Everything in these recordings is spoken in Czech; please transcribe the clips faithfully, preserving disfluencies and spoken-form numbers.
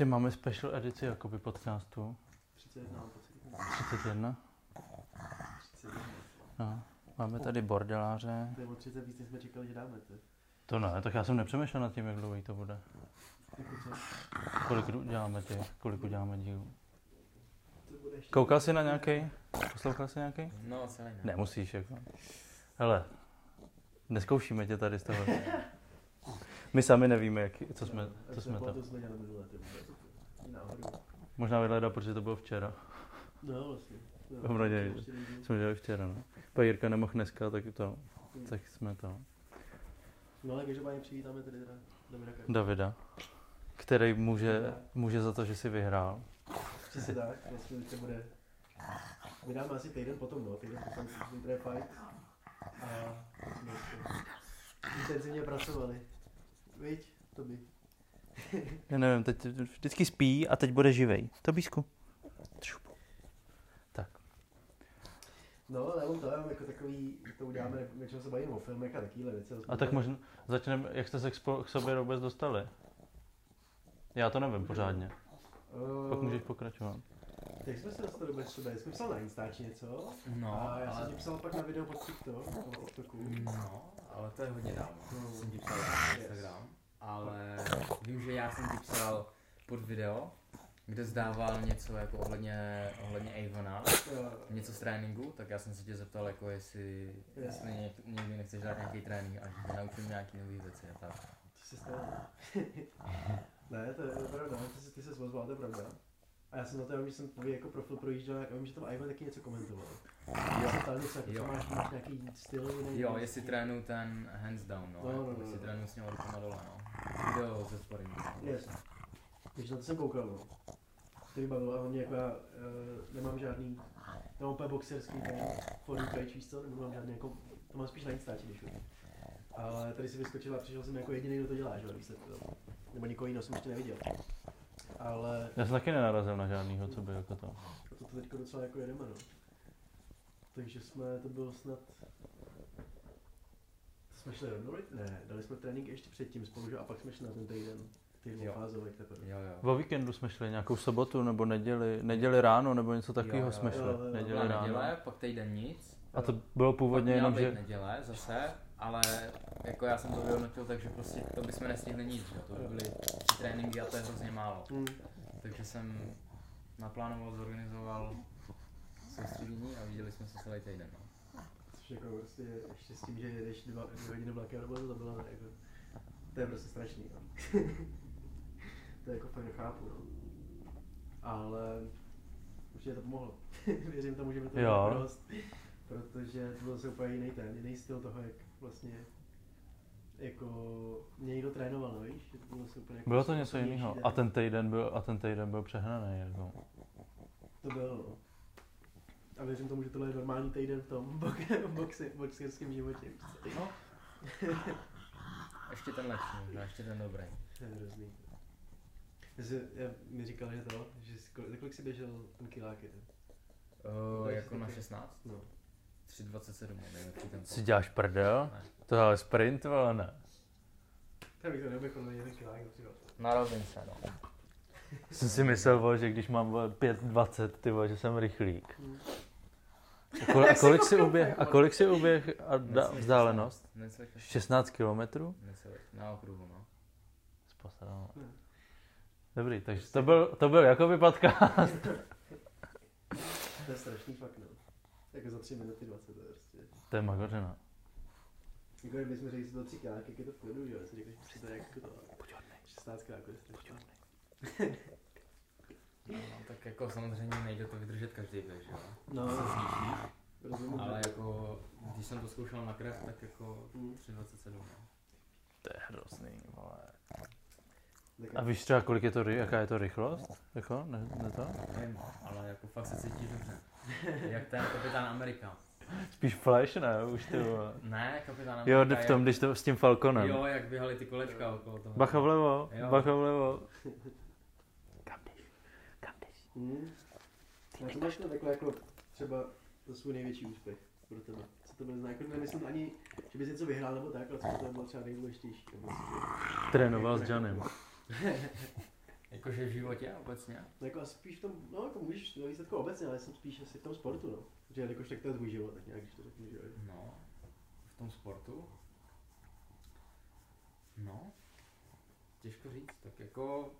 Ještě máme special edici jakoby podcastu. třicet jedna. třicet jedna? třicet jedna. No. Máme tady bordeláře. To je o třicet víc, než jsme čekali, že dáme. To. To ne, tak já jsem nepřemýšlel nad tím, jak dlouhý to bude. Kolik děláme ty, kolik uděláme dílů? Koukal jsi na nějaký? Poslouchal jsi nějaký? No, celý ne. Nemusíš, jako. Hele, neskoušíme tě tady z toho. My sami nevíme, jak, co jsme, co jsme tam. Možná vyhledal, protože to bylo včera. No, vlastně. Obrodě, jsme dělali včera, no. Pak Jirka nemohl dneska, tak to, tak jsme to. No ale každopádně přivítáme tady teda Davida Karpa. Davida, který může, může za to, že si vyhrál. Přesně tak, vlastně to bude. Vydáme asi týden potom, no, týden potom si to je fight. A jsme intenzivně pracovali. Viď, to by. Já nevím, teď vždycky spí a teď bude živej. Tobísku. Tak. No, nebo to je jako takový, to uděláme, většinou se bavíme o filmech a takovýhle věci. A tak možná začneme, jak jste se k, spo, k sobě vůbec dostali? Já to nevím pořádně. Uh, Pak můžeš pokračovat. Jak jsme se dostali vůbec sobě? Jsme psal na Instači něco. No, a já ale... jsem ti psal pak na video pod TikTok, nebo TikToku. No, ale to je hodně dávno. No. Jsem ti psal na Instagram. Ale vím, že já jsem ti psal pod video, kde zdával něco jako ohledně, ohledně Avona, něco z tréninku, tak já jsem se tě zeptal, jako jestli, jestli něk, někdy nechceš dát nějaký trénink a že tě naučím nějaký nový věci a tak. Co se stalo? Ne, to je pravda, ty jsi, ty jsi ozval, to je pravda. A já jsem na to, já, že jsem tvůj jako profil projížděl, já vím, že tam Ivan taky něco komentoval. Já jsem ptal něco, jako co máš, máš nějaký styl? Jiný, jo, jestli trénu ten hands down, no, no, no, no, jestli no. trénu s ním rukama dole, no. Video ze sparingu. Yes. Takže na to jsem koukal, no. To mi bavilo a hlavně jako já uh, nemám žádný, nemám úplně boxerský ten forum page, víš co, nemám žádný jako, to mám spíš na Instači, když už. Ale tady si vyskočila a přišel jsem jako jediný, kdo to dělá, že jo, výsledku, nebo nikoho jiného jsem ještě neviděl. Ale... Já jsem taky nenarazil na žádnýho, co by jako to. A to, to teďko docela jako jedeme, no. Takže jsme, to bylo snad... To jsme šli rovnou, ne, dali jsme trénink ještě předtím spolu, že? A pak jsme šli na ten týden, ty dvoufázovek teprve. Jo, jo. O víkendu jsme šli, nějakou sobotu nebo neděli, neděli ráno nebo něco takového jsme šli, jo, jo, jo. neděli ráno. Neděle, pak týden nic. A to bylo původně jenom, že... neděle zase, ale jako já jsem to vyhodnotil, takže prostě to bychom nestihli nic, že? To by byly tři tréninky a to je hrozně málo. Hmm. Takže jsem naplánoval, zorganizoval soustředění a viděli jsme se celý týden. No. Což jako prostě ještě s tím, že jedeš dva, dvě hodiny vlakem nebo to bylo, jako, to je prostě strašný. No. To je jako fakt nechápu, no. Ale určitě to pomohlo. Věřím tomu, že mi to bylo prost, protože to byl zase úplně jiný ten, jiný styl toho, jak vlastně jako mě někdo trénoval, no víš? To bylo, úplně jako bylo to něco jiného a ten týden byl, a ten týden byl přehnaný, jako. To bylo, no. A věřím tomu, že tohle je normální týden v tom boxi, boxerském životě. No. Ještě ten lepší, ještě ten dobrý. To je hrozný. Já si, já mi říkal, že to, že jsi, kolik, kolik jsi běžel ten kiláky? Uh, jako na šestnáct? No. tři dvacet sedm, nejlepší tempo. Si děláš prdel? Ne. To je sprint, ale ne. Tak bych to neoběchol na jeden kilák například. Na rovince, no. Jsem si myslel, že když mám pět dvacet, ty že jsem rychlík. Hmm. A, kol, a kolik si uběh, a kolik si uběh a da, vzdálenost? šestnáct kilometrů? Na okruhu, no. Spostarano. Dobrý, takže to byl, to byl jakoby podcast. To je strašný fakt, no. Jako za tři minuty dvacet, to je prostě. To je magořina. Jako kdybychom řekli si to tři kiláky, jak je to v klidu, že jo? Si řekneš, že to je jako to. Buď hodnej. šestnáct kiláků je strašný. No, tak jako samozřejmě nejde to vydržet každý běh, že jo? No, rozumím. Ale jako, když jsem to zkoušel na krev, tak jako tři dvacet sedm, no. To je hrozný, vole. A víš třeba, kolik je to, jaká je to rychlost? Jako, ne, ne to? Nevím, ale jako fakt se cítíš dobře. Jak ten kapitán Amerika. Spíš Flash, ne? Už ty vole. Ne, kapitán Amerika. Jo, v tom, jak... když to s tím Falconem. Jo, jak běhali ty kolečka okolo toho. Bacha vlevo, jo. Bacha vlevo. Kam jdeš? Kam jdeš? Hmm. Já to máš takhle jako třeba to svůj největší úspěch pro tebe. Co to bylo, jako nemyslím ani, že bys něco vyhrál nebo tak, ale co to bylo třeba nejdůležitější. Trénoval s Janem. Jakože v životě obecně? No jako asi spíš v tom, no jako můžeš to výsledku obecně, ale jsem spíš asi v tom sportu, no. Že jakož tak to je tvůj život, tak nějak, když to řeknu, že jo. No, v tom sportu? No, těžko říct, tak jako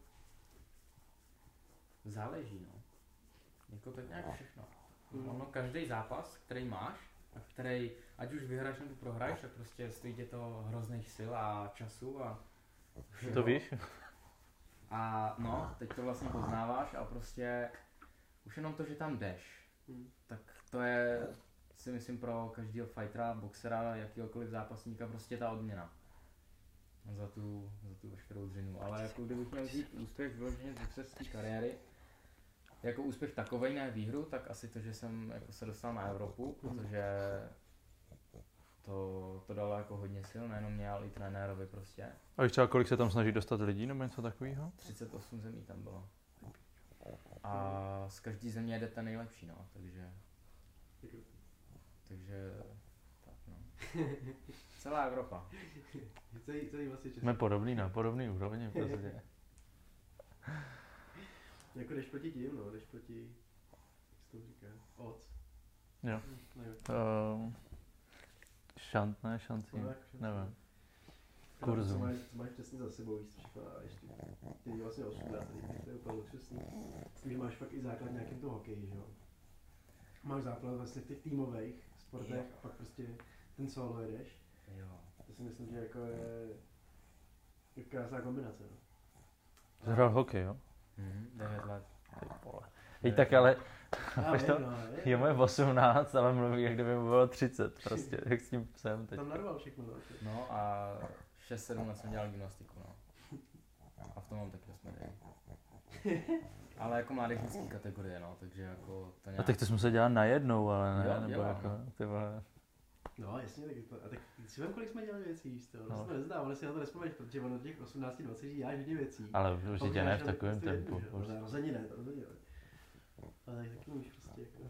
záleží, no. Jako tak nějak všechno. Mm. Ono, každý zápas, který máš, a který, ať už vyhraješ nebo prohraješ, tak prostě stojí tě to hrozných sil a času a všeho. To víš? A no, teď to vlastně poznáváš a prostě už jenom to, že tam jdeš, Mm. tak to je, si myslím, pro každého fightera, boxera, jakýhokoliv zápasníka prostě ta odměna. Za tu, za tu veškerou dřinu. Ale jako kdybych měl vzít úspěch vyloženě z boxerské kariéry, jako úspěch takovej, ne výhru, tak asi to, že jsem jako se dostal na Evropu, protože to, to dalo jako hodně sil, nejenom mě, ale i trenérovi prostě. A víš třeba, kolik se tam snaží dostat lidí nebo něco takového? třicet osm zemí tam bylo. A z každé země jede ten nejlepší, no, takže... Takže... Tak no. Celá Evropa. Celý, celý vlastně Český. Jsme podobný na podobný úrovni prostě. Jako jdeš proti tím, no, jdeš proti, jak se to říká, odds. Jo. Nevím. Um, šant, ne, šancí, No, jako šanci. nevím. Co Kurzu. máš, co máš přesně za sebou, víš, všechno a ještě ty vlastně osmdesát, to je úplně luxusní. S tím, že máš fakt i základ nějakým to hokeji, že jo. Máš základ vlastně v těch týmových sportech a pak prostě ten solo jedeš. Jo. To si myslím, že jako je, je krásná kombinace, no. Zhrál hokej, jo? Mhm, devět let. Ty vole. Teď tak ale, Já Víš vím, to? no, je, je moje osmnáct, ale mluví, jak kdyby mu bylo třicet prostě, jak s tím psem teď. tam narval všechno, no. No a šest sedm let jsem dělal gymnastiku, no. A v tom mám taky osm medailí. Ale jako mládežnický kategorie, no, takže jako to A nějak... tak to jsme se dělali najednou, ale ne, Jo, nebo dělám, jako, no. ty vole. No jasně, tak, to, a tak si vím, kolik jsme dělali věcí, víš to, No. no. to nezdá, ale si na to nespomeneš, protože ono do těch osmnáct dvacet děláš hodně věcí. Ale určitě ne v takovém tempu. No, to rozhodně ne, to rozhodně ne. Ale tak taky můžeš prostě jako...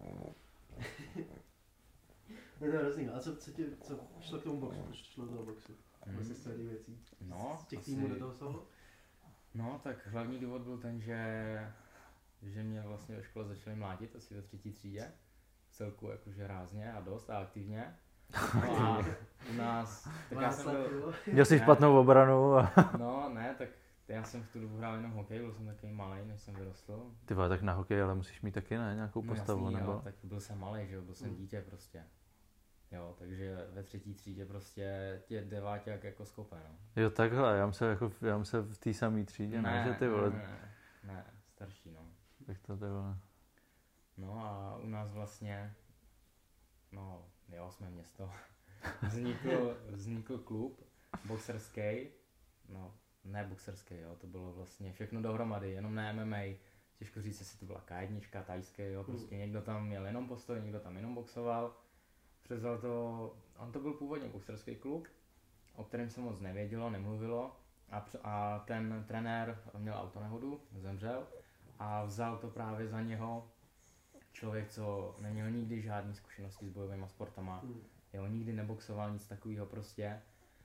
No to je hrozný, a co, co, tě, co šlo k tomu boxu, proč šlo do toho boxu? Mhm. Vlastně z těch věcí. No, Z těch asi- týmů do toho solo? No, tak hlavní důvod byl ten, že, že mě vlastně ve škole začali mlátit asi ve třetí třídě. V celku jakože rázně a dost a aktivně. No a u nás, tak já jsem byl, Měl jsi Ne. špatnou obranu a... no ne, tak já jsem v tu dobu hrál jenom hokej, byl jsem takový malý, než jsem vyrostl. Ty vole, tak na hokej, ale musíš mít taky ne, nějakou postavu, no, jasný, nebo? jo, tak byl jsem malý, že jo, byl jsem Hmm. dítě prostě. Jo, takže ve třetí třídě prostě tě deváťák jako skope, no. Jo, takhle, já jsem jako, já jsem v té samé třídě, ne, že ty vole, ne, ne, ne, starší, no. tak to ty vole. No a u nás vlastně, no jo, jsme město, vznikl, vznikl klub boxerský, no ne boxerský, jo, to bylo vlastně všechno dohromady, jenom ne M M A, těžko říct, jestli to byla K jedna, tajské, jo, prostě někdo tam měl jenom postoj, někdo tam jenom boxoval, převzal to, on to byl původně boxerský klub, o kterém se moc nevědělo, nemluvilo a, pr- a ten trenér měl autonehodu, zemřel a vzal to právě za něho člověk, co neměl nikdy žádné zkušenosti s bojovými sportama, Hmm. jo, nikdy neboxoval, nic takového prostě,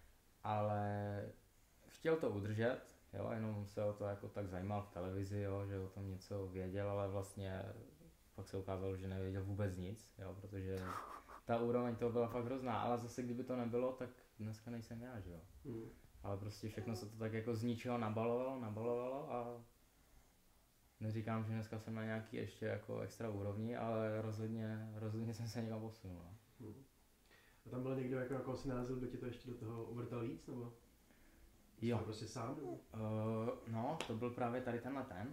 ale chtěl to udržet, jo, jenom se o to jako tak zajímal v televizi, jo, že o tom něco věděl, ale vlastně pak se ukázalo, že nevěděl vůbec nic, jo, protože ta úroveň toho byla fakt hrozná, ale zase kdyby to nebylo, tak dneska nejsem já, že jo. Hmm. Ale prostě všechno se to tak jako z ničeho nabalovalo, nabalovalo a neříkám, že dneska jsem na nějaký ještě jako extra úrovni, ale rozhodně, rozhodně jsem se někam posunul. No. Hmm. A tam byl někdo, jako, jako si názil, kdo ti to ještě do toho uvrtal víc, nebo? Jo. Jsi to prostě sám, nebo? Uh, no, to byl právě tady tenhle ten.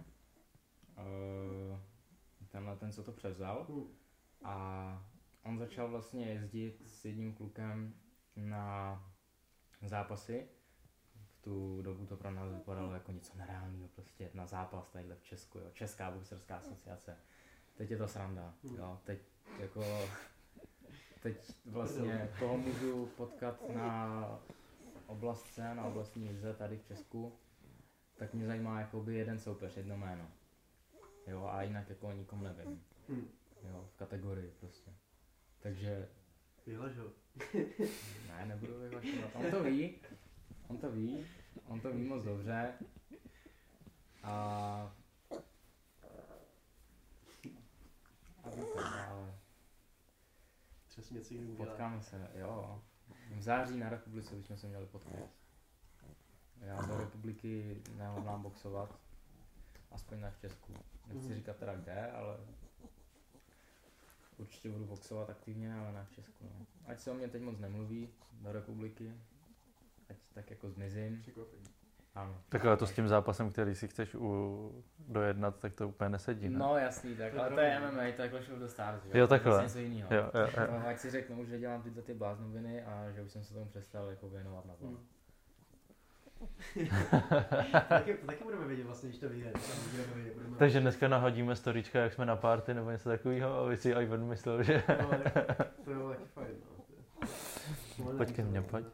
Uh, tenhle ten, co to převzal. Hmm. A on začal vlastně jezdit s jedním klukem na zápasy. V tu dobu to pro nás vypadalo jako něco nereálného, prostě na zápas tadyhle v Česku, jo. Česká boxerská asociace. Teď je to sranda, jo. Teď jako, teď vlastně koho můžu potkat na oblastce, na oblastní lize tady v Česku, tak mě zajímá jakoby jeden soupeř, jedno jméno. Jo, a jinak jako o nikom nevím. Hmm. Jo, v kategorii prostě. Takže, Vyhlažel. ne, nebudu vyhlašovat. On to ví, on to ví, on to ví moc dobře. A... A víte, ale... Třeba si něco někdy udělat. Potkáme se, jo. V září na republice bychom se měli potkat. Já do republiky nehodlám boxovat. Aspoň na v Česku. Nechci Mhm. říkat teda kde, ale... Určitě budu boxovat aktivně, ale na v Česku. No. Ať se o mě teď moc nemluví do republiky. Ať tak jako zmizím. Překvapení. Ano. Tak ale to s tím zápasem, který si chceš u... dojednat, tak to úplně nesedí, ne? No jasný, tak, To je ale to je pravda. M M A, to je Clash of the Stars, jo? Jo, takhle. To je něco jiného. Jo, jo, jo. No, ať si řeknu, že dělám tyhle ty bláznoviny a že už jsem se tomu přestal jako věnovat na to. Hmm. taky, to taky budeme vědět vlastně, když to vyjde. Budeme vědět, budeme... Takže dneska nahodíme storíčka, jak jsme na party nebo něco takového, aby si Ivan myslel, že... No, ale to bylo taky fajn, no. To je- Pojď ke mně, pojď.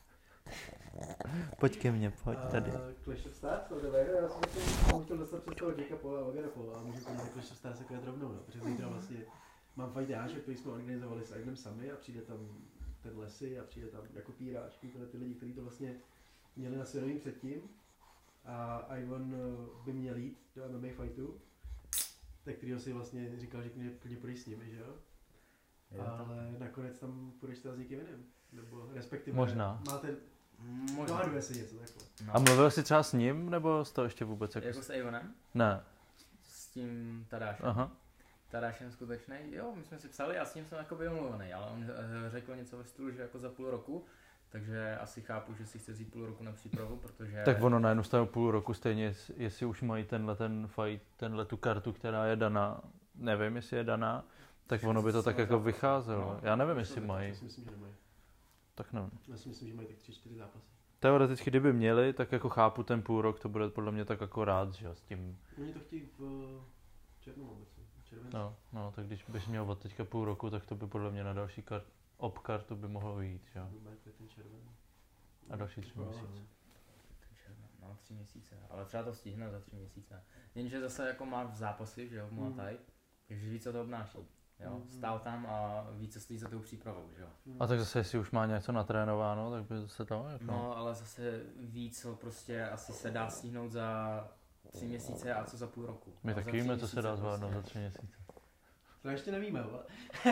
Pojď ke mně, pojď tady. Uh, Clash of Stars, no dobré, já jsem jsem chtěl dostat přes toho Jakea Paula a Logana Paula a můžu to Clash of Stars jako jet rovnou, no, protože zítra vlastně mám fight Jáše, který jsme organizovali s Ivnem sami a přijde tam ten Lesy a přijde tam jako Píráč, tyhle ty lidi, kteří to vlastně měli na svědomí předtím a Ivan uh, by měl jít do M M A fightu, tak kterýho si vlastně říkal, že klidně, klidně půjdeš s nimi, že jo? Jo, Ale nakonec tam půjdeš teda s někým jiným, nebo respektive Možná. máte, Možná. dohaduje se něco takhle. No. A mluvil jsi třeba s ním, nebo z toho ještě vůbec? Jako... Jako s Ivanem? Ne. S tím Tadášem. Aha. Tadášem skutečný, jo, my jsme si psali a s ním jsem jako byl domluvený, ale on eh, řekl něco ve stylu, že jako za půl roku, takže asi chápu, že si chce vzít půl roku na přípravu, protože... Tak ono na jednu stranu půl roku stejně, jestli už mají tenhle ten fight, tenhle tu kartu, která je daná, nevím, jestli je daná, tak ono by to tak jako vycházelo. Já nevím, jestli mají. Já si myslím, že nemají. Tak nevím. Já si myslím, že mají tak tři, čtyři zápasy. Teoreticky, kdyby měli, tak jako chápu ten půl rok, to bude podle mě tak akorát, že jo, s tím. Oni to chtějí v červnu obecně, červenci. No, no, tak když bys měl od teďka půl roku, tak to by podle mě na další kart, op kartu by mohlo vyjít, že jo. Mají ten červen. A další tři Jo, měsíce. no. No, tři měsíce, ale třeba to stihne za tři měsíce. Jenže zase jako má v zápasy, že jo, v Muay Thai, takže ví, co to obnáší. Jo, Mm. stál tam a ví, co stojí za tou přípravou, že jo. A tak zase, jestli už má něco natrénováno, tak by se to jako... No, ale zase ví, co prostě asi se dá stihnout za tři měsíce a co za půl roku. My A za taky tři víme, co se měsíce dá zvládnout prostě. za tři měsíce. To ještě nevíme, ale.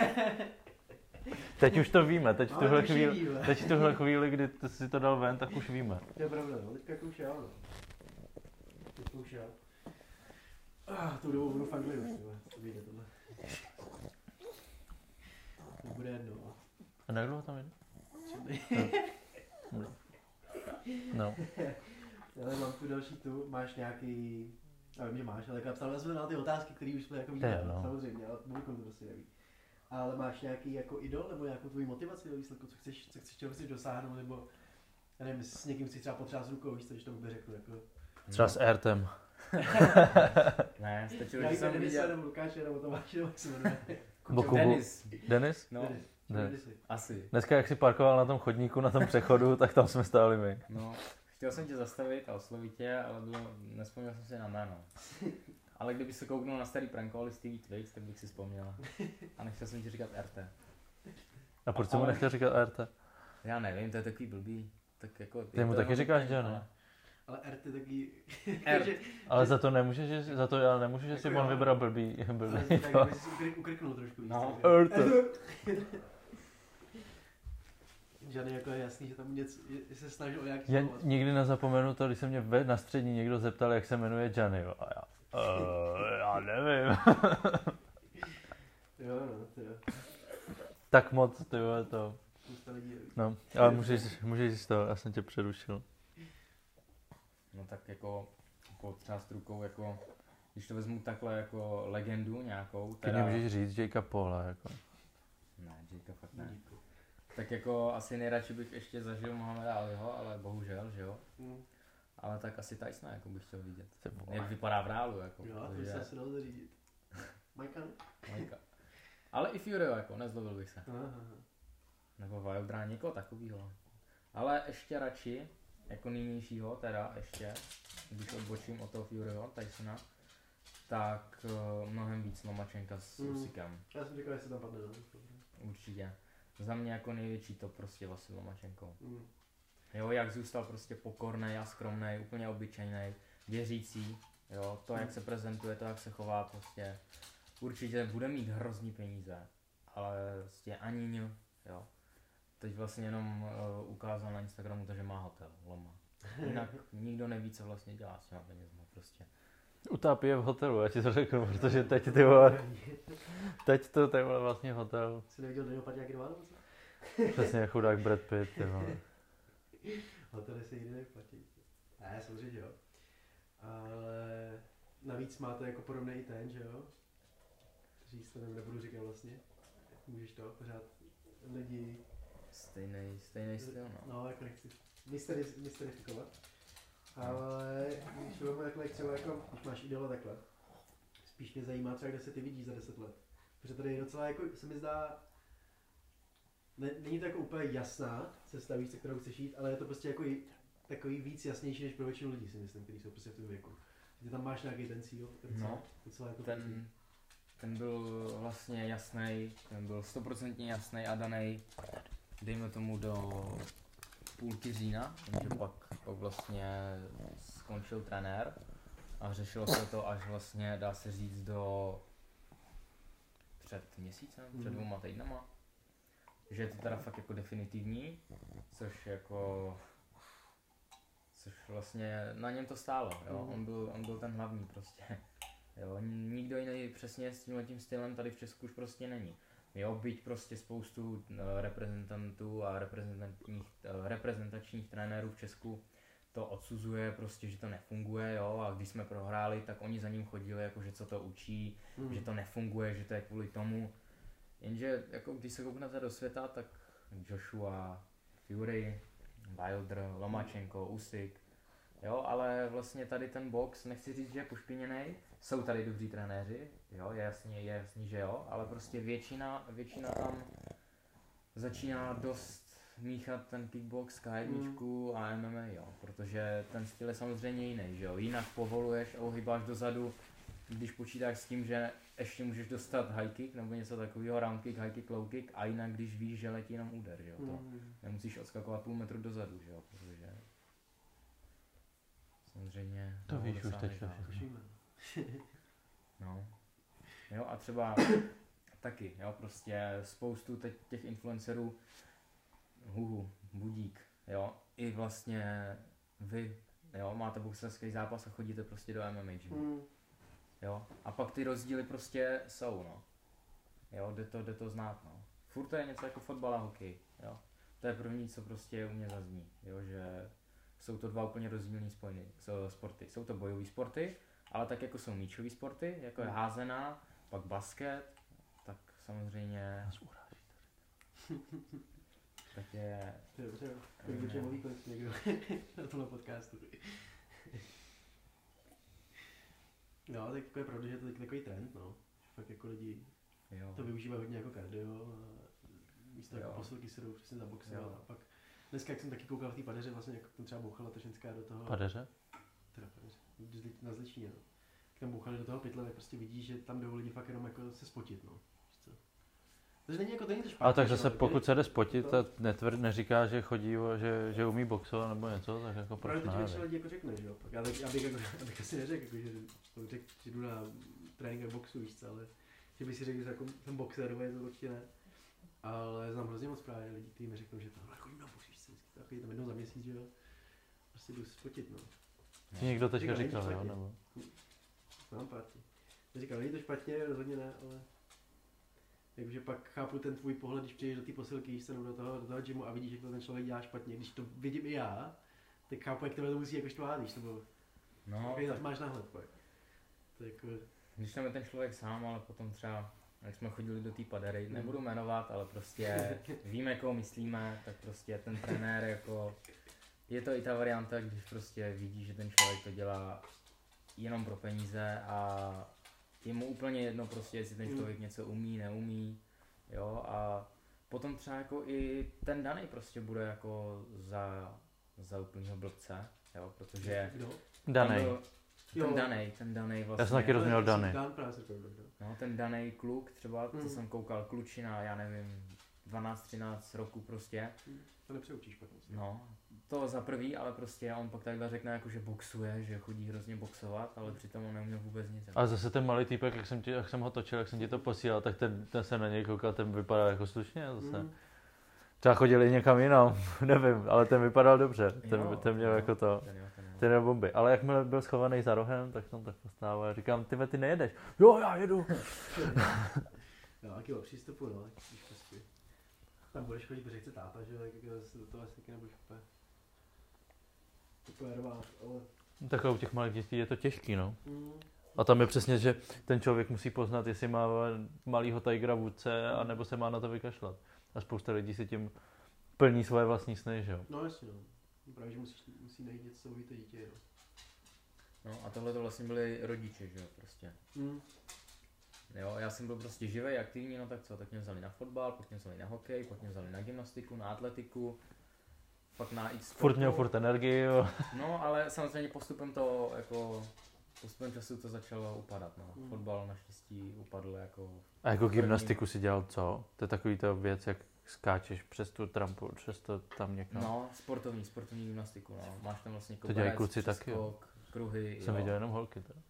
Teď už to víme, teď v Ale tuhle už chvíli, víme. teď v tuhle chvíli, kdy ty si to dal ven, tak už víme. To je pravda, no, teďka už já, no. Teďka už já. Ah, tou dobou budu v Anglii už, tyhle, to vyjde tohle. To bude jedno, no. A jak dlouho tam jde? Třeba- No. Ale mám tu další tu, máš nějaký, já vím, že máš, ale jak ptal jsme na ty otázky, které už jsme jako To viděli, je, no. samozřejmě, ale Bůhkom to prostě neví. Ale máš nějaký jako idol, nebo nějakou tvoji motivaci do výsledku, co chceš, co chceš, čeho chceš dosáhnout, nebo já nevím, jestli s někým chceš třeba potřást rukou, víš co, když to vůbec řeknu, jako. Třeba s Airtem. Ne, stačilo, Já že jsem jsem Denise, viděl. nebo Lukáše, nebo Tomáše, nebo jak se jmenuje. Bo Kubu. Denis. Denis? No, Denis, Ne. Denisi. asi. Dneska, jak jsi parkoval na tom chodníku, na tom přechodu, tak tam jsme stáli my. No, chtěl jsem tě zastavit a oslovit tě, ale bylo, nespomněl jsem si na jméno. Ale kdyby se kouknul na starý prankovaly z T V Twix, tak bych si vzpomněl. A nechtěl jsem ti říkat R T. A proč jsi mu Ale- nechtěl říkat R T? Já nevím, to je takový blbý. Tak jako, Ty mu to taky je říkáš, blbý, že ne? ale- Ale R T taky... R. že- Ale za to nemůže, že, za to já nemůžu, že si Jako on jo. vybral blbý, Ale blbý tak, to. aby jsi ukry- ukrknul trošku víc. No. takže- R T. Žádný jako je jasný, že tam něco, že se snaží o nějaký Já slovo. nikdy nezapomenu to, když se mě ve- na střední někdo zeptal, jak se jmenuje Gianni. A já, uh, já nevím. Jo, no, to jo. Tak moc, ty vole, to. Spousta lidí. No, ale můžeš, můžeš říct to, já jsem tě přerušil. No tak jako potřást rukou, jako, když to vezmu takhle jako legendu nějakou, Klidně teda... můžeš říct Jakea Paula, jako. Ne, Jakea fakt ne. Tak jako asi nejradši bych ještě zažil Mohameda Aliho, ale bohužel, že jo. Mm. Ale tak asi Tysona jako bych chtěl vidět. Ty vole. Jak vypadá v reálu, jako. Jo, to protože- se asi dalo zařídit. Majka? Majka. Ale i Furio, jako, nezlobil bych se. Aha, aha. Nebo Wildra, někoho takovýho. Ale ještě radši, jako nynějšího, teda ještě, když odbočím od toho Furyho, Tysona, tak uh, mnohem víc Lomačenka s Mm. Usykem. Já jsem říkal, jestli tam padne, no. Určitě. Za mě jako největší to prostě Vasil Lomačenko. Mm. Jo, jak zůstal prostě pokornej a skromnej, úplně obyčejnej, věřící, jo, to, jak se prezentuje, to, jak se chová, prostě určitě bude mít hrozný peníze, ale prostě ani ně, jo. Teď vlastně jenom uh, ukázal na Instagramu to, že má hotel, Loma. Jinak nikdo neví, co vlastně dělá s těma penězma, prostě. Utápí je v hotelu, já ti to řeknu, protože teď ty vole, teď to tady vole vlastně hotel. Jsi neviděl Daniel Paťáky dva, nebo co? Přesně chudák Brad Pitt, ty vole. Hotely se nikdy neplatí. Ne, samozřejmě jo. Ale navíc máte jako podobný i ten, že jo? Říct to nebudu říkat vlastně. Můžeš to pořád lidi... Stejnej, stejnej styl, no. No, jako nechci mysteri- mysterifikovat. Ale když to vezmu takhle, třeba jako, když máš idola takhle, spíš mě zajímá třeba, kde se ty vidíš za deset let. Protože tady je docela jako, se mi zdá, ne, není to jako úplně jasná cesta, víc, se kterou chceš jít, ale je to prostě jako i, takový víc jasnější než pro většinu lidí, si myslím, kteří jsou prostě v tom věku. Ty tam máš nějaký ten cíl, ten cíl, No, docela jako ten, ten byl vlastně jasný, ten byl stoprocentně jasný a daný, dejme tomu do půlky října, protože pak, pak vlastně skončil trenér a řešilo se to až vlastně, dá se říct, do před měsícem, před dvouma týdnama. Že je to teda fakt jako definitivní, což jako, což vlastně na něm to stálo, jo, on byl, on byl ten hlavní prostě. Jo, nikdo jiný přesně s tímhletím stylem tady v Česku už prostě není. Jo, byť prostě spoustu uh, reprezentantů a reprezentačních, uh, reprezentačních trenérů v Česku to odsuzuje prostě, že to nefunguje, jo, a když jsme prohráli, tak oni za ním chodili, jako že co to učí, mm. že to nefunguje, že to je kvůli tomu. Jenže jako když se kouknete do světa, tak Joshua, Fury, Wilder, Lomachenko, Usyk, jo, ale vlastně tady ten box, nechci říct, že je pošpiněnej, jsou tady dobří trenéři, jo, je jasný, je jasný, že jo, ale prostě většina, většina tam začíná dost míchat ten kickbox, K jedna mm. a M M A, jo, protože ten styl je samozřejmě jiný, že jo, jinak povoluješ a ohybáš dozadu, když počítáš s tím, že ještě můžeš dostat high kick nebo něco takového, round kick, high kick, low kick, a jinak když víš, že letí jenom úder, že jo, to mm. nemusíš odskakovat půl metru dozadu, že jo, protože samozřejmě... To no, víš už teď. No. Jo, a třeba taky, jo, prostě spoustu teď těch influencerů, Huhu, Budík, jo, i vlastně vy, jo, máte boxerský zápas a chodíte prostě do M M A gymu, mm. jo, a pak ty rozdíly prostě jsou, no, jo, jde to, jde to znát, no. Furt to je něco jako fotbal a hokej, jo, to je první, co prostě u mě zazní, jo, že jsou to dva úplně rozdílný spojny, sporty, jsou to bojové sporty, ale tak jako jsou míčové sporty, jako je házená, pak basket, tak samozřejmě... Nás uráží tady. Tak je... To je dobře, kolik je mluví konec někdo na tomhle podcastu. No, tak je pravda, že to je takový trend, no. Fakt jako lidi jo. to využívají hodně jako kardio a místo jako posilky se jdou přesně zaboxovat a pak... Dneska, jak jsem taky koukal v té padeře, vlastně jak tam třeba bouchala ta ženská do toho... Padeře? Teda padeře, na Zličíně, no. Jak tam bouchali do toho pytle, tak prostě vidíš, že tam jdou lidi fakt jenom jako se spotit, no. Takže není jako, to není to špatný. A tak zase pokud se jde spotit, to netvrd, neříká, že chodí, že, že umí boxovat nebo něco, tak jako proč ne? Právě lidi jako řekne, že jo. Já bych, já bych, jako, já bych asi neřekl, jako, že, řek, že jdu na trénink boxu, víš co, ale že bych si řekl, že jako ten boxer, je to určitě ne. Ale znám hrozně moc právě lidí, kteří mi řeknou, že to chodím na box, víš co, takový tam jednou za měsíc, že jo. Prostě jdu spotit, no. Ti někdo teďka říkal, jo, nebo? Mám party. Říkal, není to špatně, rozhodně ne, ale... Takže pak chápu ten tvůj pohled, když přijdeš do té posilky, jíš se do toho, do toho gymu a vidíš, jak to ten člověk dělá špatně. Když to vidím i já, tak chápu, jak to musí jako štvát, víš, nebo... No, tak... to máš náhled pak. To jako... Když tam je ten člověk sám, ale potom třeba, jak jsme chodili do té padery, mm. nebudu jmenovat, ale prostě víme, koho myslíme, tak prostě ten trenér jako... Je to i ta varianta, když prostě vidíš, že ten člověk to dělá jenom pro peníze a je mu úplně jedno prostě, jestli ten člověk něco umí, neumí, jo, a potom třeba jako i ten daný prostě bude jako za, za úplnýho blbce, jo, protože... Kdo? Danej. Ten danej, ten danej vlastně... Já jsem taky rozuměl danej. No, ten danej kluk, třeba, co hmm. jsem koukal, klučina, já nevím, dvanáct třináct roku prostě. To nepřeučíš pak. No, to za prvý, ale prostě on pak takhle řekne, jako, že boxuje, že chodí hrozně boxovat, ale přitom on neuměl vůbec nic. A zase ten malý týpek, jak jsem, ti, jak jsem ho točil, jak jsem ti to posílal, tak ten, ten se na něj koukal, ten vypadal jako slušně zase. Mm. Třeba chodili někam jinam, nevím, ale ten vypadal dobře, ten, jo, ten měl jo, jako to, ten, jo, ten, jo. ten měl bomby. Ale jakmile byl schovaný za rohem, tak tam tak postával a říkám, ty ty nejedeš. Jo, já jedu. Jo, taky o přístupu, no, když prostě tam budeš chodit, protože chce táta, že jo, tak do toho asi taky nebudeš úplně, úplně rvát, ale... Takhle u těch malých dětí je to těžký, no. Mm. A tam je přesně, že ten člověk musí poznat, jestli má malýho tigera v vůdce, anebo se má na to vykašlat. A spousta lidí si tím plní svoje vlastní sny, že jo. No jasně, no. Právě, že musí, musí najít něco, co to dítě, jo. No a tohle to vlastně byli rodiče, že jo, prostě. Mm. Jo, já jsem byl prostě živej, aktivní, no tak co, tak mě vzali na fotbal, pak mě vzali na hokej, pak mě vzali na gymnastiku, na atletiku, pak na x Furt měl furt energii, jo. No, ale samozřejmě postupem to, jako, postupem času to začalo upadat, no. Mm. Fotbal naštěstí upadl jako... A jako gymnastiku si dělal co? To je takový ta věc, jak skáčeš přes tu trampu, přes to tam někam. No, sportovní, sportovní gymnastiku, no. Máš tam vlastně koberec, to dělají kluci taky, jo. Kruhy, jsem jo. viděl jenom holky teda.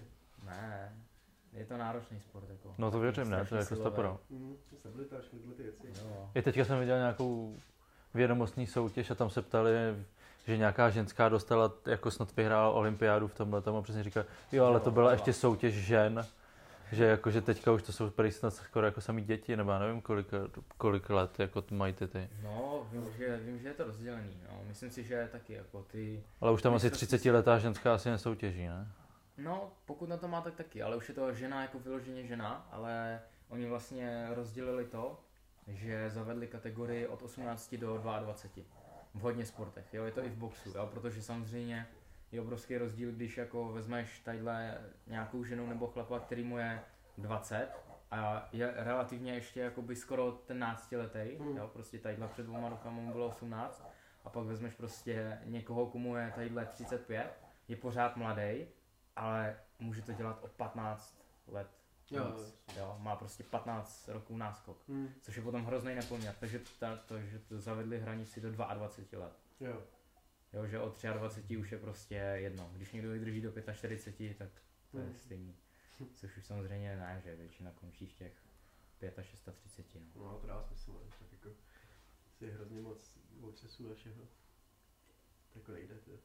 Ne, je to náročný sport, jako. No to věřím, ne, to je jako stopro. Mm, stabilita, všechny ty věci. I teďka jsem viděl nějakou vědomostní soutěž a tam se ptali, že nějaká ženská dostala, jako snad vyhrála olympiádu v tomhle tomu a přesně říkala, jo, ale to byla ještě soutěž žen, že jakože teďka už to jsou prý snad skoro jako samý děti, nebo já nevím kolik, kolik let jako mají ty ty. No, vím, že, vím, že je to rozdělený, no, myslím si, že taky jako ty... Ale už tam asi třicetiletá ženská asi nesoutěží, ne? No, pokud na to má, tak taky, ale už je to žena jako vyloženě žena, ale oni vlastně rozdělili to, že zavedli kategorii od osmnácti do dvaceti dvou v hodně sportech, jo, je to i v boxu, jo, protože samozřejmě je obrovský rozdíl, když jako vezmeš tadyhle nějakou ženu nebo chlapa, který mu je dvacet a je relativně ještě jakoby skoro ten náctiletý, mm. jo, prostě tadyhle před dvouma rokama mu bylo osmnáct a pak vezmeš prostě někoho, komu je tadyhle třicet pět, je pořád mladý, ale může to dělat o patnáct let. Jo, jo, má prostě patnáct roků náskok, hmm. což je potom hrozný nepoměr, takže ta, to, že to zavedli hranici do dvaceti dvou let. Jo. Jo, že od dvaceti tří už je prostě jedno. Když někdo vydrží do čtyřiceti pěti, tak to hmm. je stejný. Což už samozřejmě ne, že většina končí v těch třiceti pěti. No, no to dá smysl, ne? Tak jako si hrozně moc obsesu a všeho. Tak jako nejde to.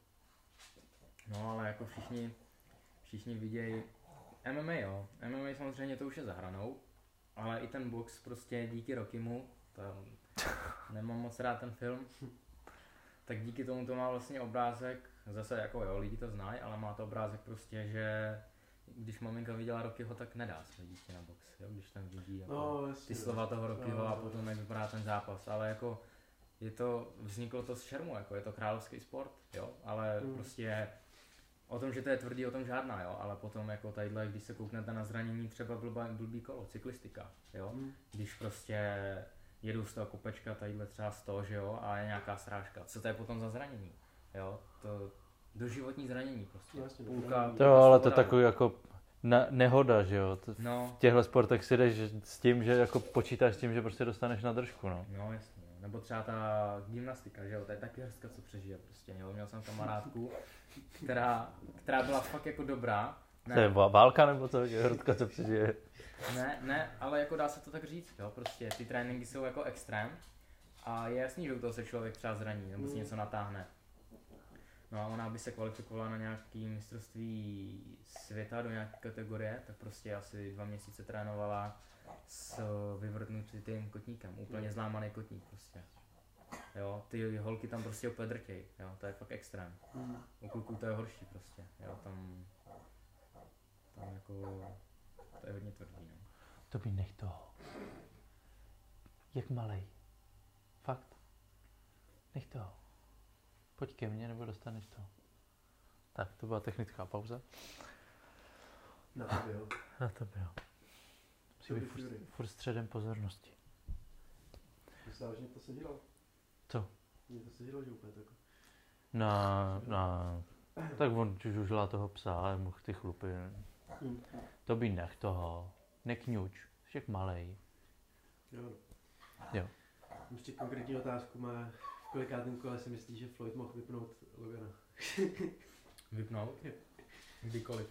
No ale jako všichni, všichni vidějí M M A, jo. M M A samozřejmě to už je za hranou, ale i ten box prostě díky Rockymu, to nemám moc rád ten film, tak díky tomu to má vlastně obrázek, zase jako jo, lidi to znají, ale má to obrázek prostě, že když maminka viděla Rockyho, tak nedá své dítě na box, jo, když tam vidí jako no, jasně, ty slova toho Rockyho no, a potom jak vypadá ten zápas, ale jako je to, vzniklo to z šermu, jako je to královský sport, jo, ale mm. prostě o tom, že to je tvrdý, o tom žádná, jo, ale potom jako tadyhle, když se kouknete na zranění, třeba blbá, blbý kolo, cyklistika, jo, mm. když prostě jedu z toho kopečka, tadyhle třeba sto, že jo, a je nějaká srážka, co to je potom za zranění, jo, to doživotní zranění prostě, vlastně, půlka, to jo, ale to je takový jako ne- nehoda, že jo, to no. v těchto sportech si jdeš s tím, že jako počítáš s tím, že prostě dostaneš na držku, no. No jasně. Nebo třeba ta gymnastika, že jo, to je taky hrstka, co přežije prostě, jo, měl jsem kamarádku, která, která byla fakt jako dobrá. Ne. To je válka nebo co, hrstka, co přežije? Ne, ne, ale jako dá se to tak říct, jo, prostě ty tréninky jsou jako extrém a je jasný, že u toho se člověk třeba zraní nebo si něco natáhne. No a ona by se kvalifikovala na nějaký mistrovství světa do nějaké kategorie, tak prostě asi dva měsíce trénovala s vyvrtnutým kotníkem, úplně zlámaný kotník prostě. Jo, ty holky tam prostě úplně drtěj, jo, to je fakt extrém. Mm. U kluků to je horší prostě, jo, tam, tam jako, to je hodně tvrdý, no. To by nech toho. Jak malej. Fakt. Nech toho. Pojď ke mně, nebo dostaneš to. Tak, to byla technická pauza. Na tebe, jo. Na tebe, jo. Musí být furt, furt středem pozornosti. Myslel, že to se dělal? Co? Mě to se dělal, že úplně tak. Na, na, tak on žužlá toho psa, mu ty chlupy. Hmm. To by nech toho. Nekňuč, však malej. Jo. Jo. Ještě konkrétní otázku má kolikátém kole si myslíš, že Floyd mohl vypnout Logana? Vypnout? Kdykoliv.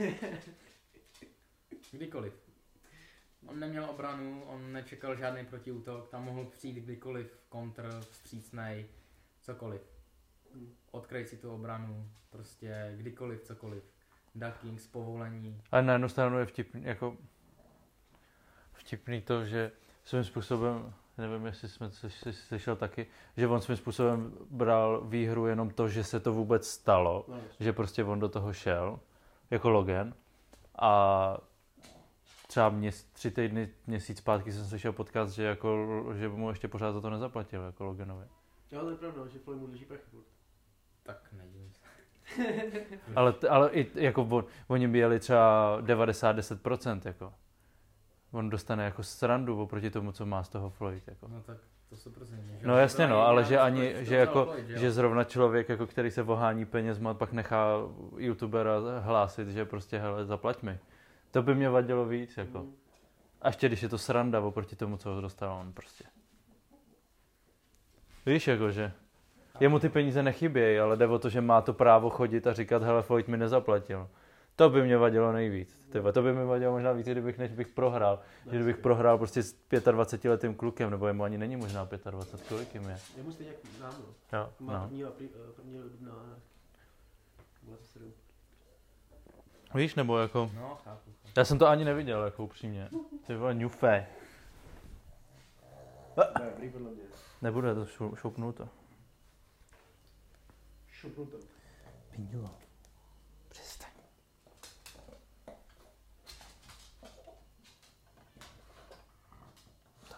Kdykoliv. On neměl obranu, on nečekal žádný protiútok, tam mohl přijít kdykoliv, kontr, vstřícnej, cokoliv. Odkryj si tu obranu, prostě kdykoliv, cokoliv. Ducking z povolení. Ale na jednu stranu je vtipný, jako vtipný to, že svým způsobem, nevím, jestli jsme to slyšel taky, že on svým způsobem bral výhru jenom to, že se to vůbec stalo, no, že prostě on do toho šel, jako Logan. A třeba měs, tři týdny, měsíc zpátky jsem slyšel podcast, že, jako, že mu ještě pořád za to nezaplatil, jako Loganovi. Jo, to je pravda, že Floyd mu drží prachy. Tak nedivím se. ale, ale i jako on, oni by jeli třeba devadesát deset procent, jako. On dostane jako srandu oproti tomu, co má z toho Floyd, jako. No tak to se prostě není. No jasně, no, ale že ani, že jako, Floyd, že zrovna člověk, jako který se vohání penězma, pak nechá youtubera hlásit, že prostě, hele, zaplať mi. To by mě vadilo víc, jako. Mm. A ještě když je to sranda oproti tomu, co ho dostal on prostě. Víš, jako, že jemu ty peníze nechybějí, ale jde o to, že má to právo chodit a říkat, hele, Floyd mi nezaplatil. To by mě vadilo nejvíc. Tyba, to by mi vadilo možná víc, kdybych, než bych prohrál. Že kdybych prohrál prostě s dvacetipětiletým klukem, nebo jemu ani není možná dvacet pět, kolik jim je. Jemu stejně jak nám, no. Jo, má no. první, první dubna. Víš, nebo jako... No, chápu. Já jsem to ani neviděl, jako upřímně. Ty vole, ňufé. Dobrý, podle mě. Nebude to šu, šoupnuto. Šoupnuto. Pindilo. Přestaň. Tak.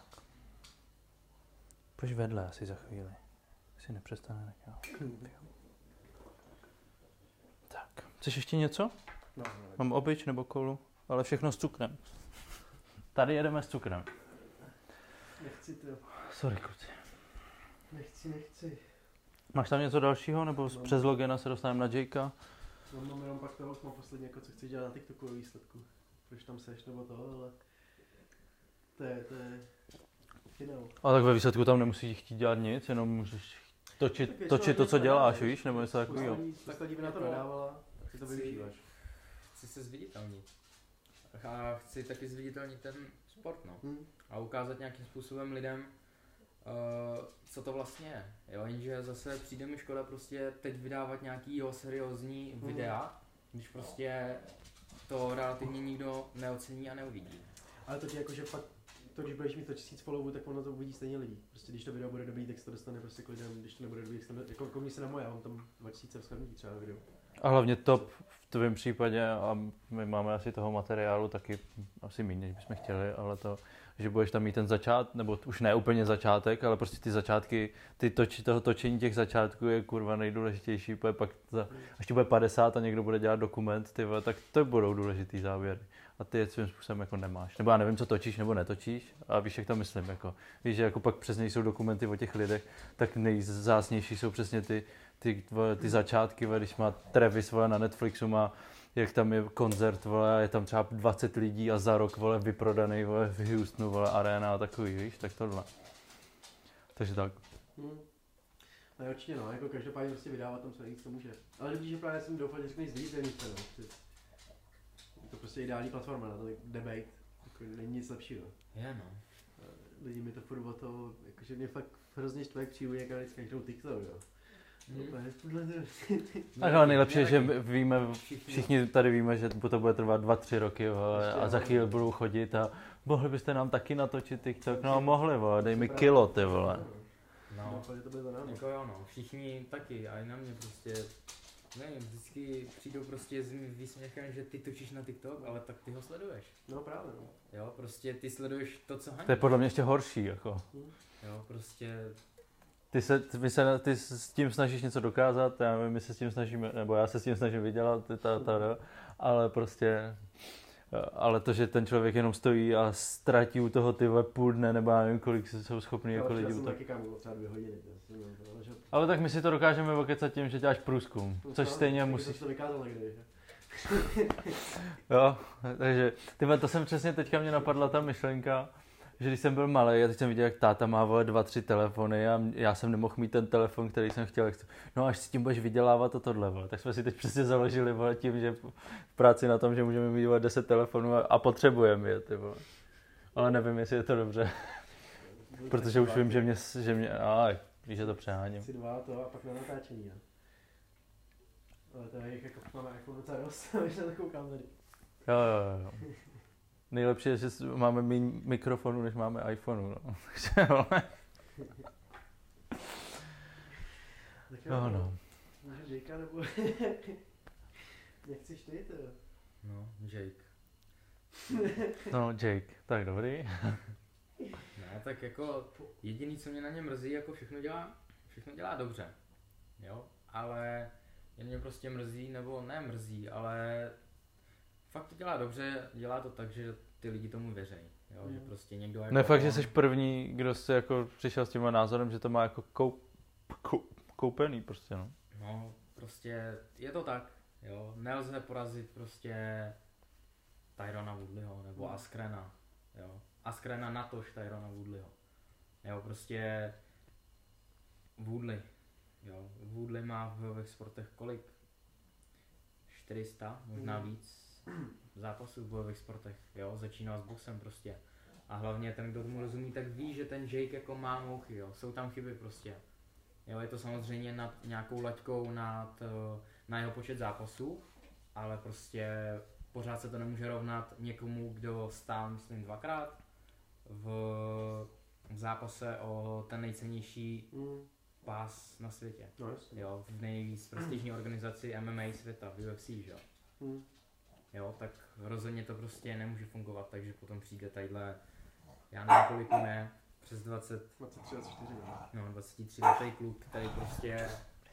Pojď vedle asi za chvíli. Si nepřestane nechat. Tak. Chceš ještě něco? No, no, Mám obyč nebo kolu, ale všechno s cukrem. Tady jedeme s cukrem. Nechci to. Sorry, kluci. Nechci, nechci. Máš tam něco dalšího, nebo no. přes Logana se dostaneme na Jakea? No, mám jenom pak toho, mám posledně, jako co chci dělat na TikToku výsledku. Proč tam seš nebo to, ale to je, to je finál. A tak ve výsledku tam nemusíš chtít dělat nic, jenom můžeš točit, točit to, co děláš, víš, nebo něco takového. Tak lidi by na to nadávala, tak si to využíváš. Chci se zviditelnit. A chci taky zviditelnit ten sport, no. Hmm. A ukázat nějakým způsobem lidem, uh, co to vlastně je. Jo, jenže zase přijde mi škoda prostě teď vydávat nějaký jo, seriózní hmm. videa, když prostě to relativně nikdo neocení a neuvidí. Ale to ti jakože fakt, to když budeš mít to tisíc followů, tak ono to uvidí stejně lidi. Prostě když to video bude dobrý, tak se to dostane prostě k lidem, když to nebude dobrý, tak se to, jako koukni se na moje, já mám tam dva tisíce slednutí třeba na video. A hlavně top v tvém případě, a my máme asi toho materiálu taky asi méně, než bychom chtěli, ale to, že budeš tam mít ten začátek, nebo už ne úplně začátek, ale prostě ty začátky, ty toči, toho točení těch začátků je kurva nejdůležitější, pak za, až ti bude padesát a někdo bude dělat dokument, ty, tak to budou důležitý záběry. A ty je svým způsobem jako nemáš. Nebo já nevím, co točíš nebo netočíš, a víš, jak to myslím. Jako. Víš, že jako pak přesně jsou dokumenty o těch lidech, tak nejzásnější jsou přesně ty, ty, ty začátky, když má Travis vole, na Netflixu, má, jak tam je koncert, vole, je tam třeba dvacet lidí a za rok vole, vyprodaný vole, v Houstonu vole, arena a takový, víš, tak tohle. Takže tak. Hmm. No určitě no, jako každopádně prostě vydávat tam co nejvíc to může. Ale dobrý, že právě jsem doufal, že řekneš zviditelný to, no. Je to prostě ideální platforma na to debate, jako není nic lepšího. Je no. Lidi mi to furt o to, jakože mě fakt hrozně štve, jak přijdu někam vždycky někdo TikTok, jo. Tak ale nejlepší je, že víme, všichni tady víme, že to bude trvat dva, tři roky vole, a za chvíli budou chodit a mohli byste nám taky natočit TikTok, no mohli vole, dej mi kilo ty vole. No, jako jo no, všichni taky a i na mě prostě, nevím, vždycky přijdou prostě s výsměchem, že ty točíš na TikTok, ale tak ty ho sleduješ. No právě no. Jo, prostě ty sleduješ to, co haní. To je podle mě ještě horší jako. Jo, prostě... Ty se, ty se ty s tím snažíš něco dokázat, já nevím, my se s tím snažíme, nebo já se s tím snažím vydělat, ta, ta, ta, ale prostě, ale to, že ten člověk jenom stojí a ztratí u toho ty půl dne, nebo já nevím, kolik jsou schopný jako lidi utak. Ale tak my si to dokážeme okecat tím, že děláš průzkum, což stejně musíš. To vykázal někde, že? Jo, takže tyhle, to jsem přesně teďka mě napadla ta myšlenka, že když jsem byl malý, a teď jsem viděl, jak táta má vole dva, tři telefony a já jsem nemohl mít ten telefon, který jsem chtěl. No až si tím budeš vydělávat to tohle, vole. Tak jsme si teď přesně založili vole, tím, že v práci na tom, že můžeme mít vole, deset telefonů a, a potřebujeme je, ty vole. Ale nevím, jestli je to dobře. Protože už vím, že mě, že mě, ale víš, že to přeháním. Si dva to a pak na natáčení, ne? Ale to je jak jako máme iPhone docela dost, když na to koukám tady. Jo, jo, jo. Nejlepší je, že máme méně mikrofonů, než máme iPhoneu, no. Takže, vole. Tak jo, No, no. můžeš Jakea nebo... Jak chceš ty, to? No, Jake. No, Jake, tak dobrý. Ne, tak jako jediný, co mě na něm mrzí, jako všechno dělá, všechno dělá dobře, jo, ale jen mě prostě mrzí, nebo ne mrzí, ale fakt to dělá dobře, dělá to tak, že ty lidi tomu věří, jo, mm. že prostě někdo jako... Ne, fakt, že jsi první, kdo se jako přišel s tím názorem, že to má jako koup, koup, koupený prostě, no. No, prostě je to tak, jo, nelze porazit prostě Tyrona Woodleyho, nebo mm. Askrena, jo. Askrena natož Tyrona Woodleyho. Jo, prostě Woodley. Jo, Woodley má v bojových sportech kolik? čtyři sta, možná mm. víc zápasů v bojových sportech. Jo, začínal s boxem prostě. A hlavně ten, kdo tomu rozumí, tak ví, že ten Jake jako má mouchy, jo. Jsou tam chyby prostě. Jo, je to samozřejmě nad nějakou laťkou nad, na jeho počet zápasů, ale prostě pořád se to nemůže rovnat někomu, kdo stál, myslím, dvakrát v, v zápase o ten nejcennější mm. pás na světě. No, jo, v nejvíc prestižní organizaci M M A světa, v U F C, že jo. Mm. Jo, tak rozhodně to prostě nemůže fungovat, takže potom přijde tadyhle, já nevím kolik mu je, přes dvacet, dvacet tři, dvacet čtyři, no, dvacet tři letý kluk, který prostě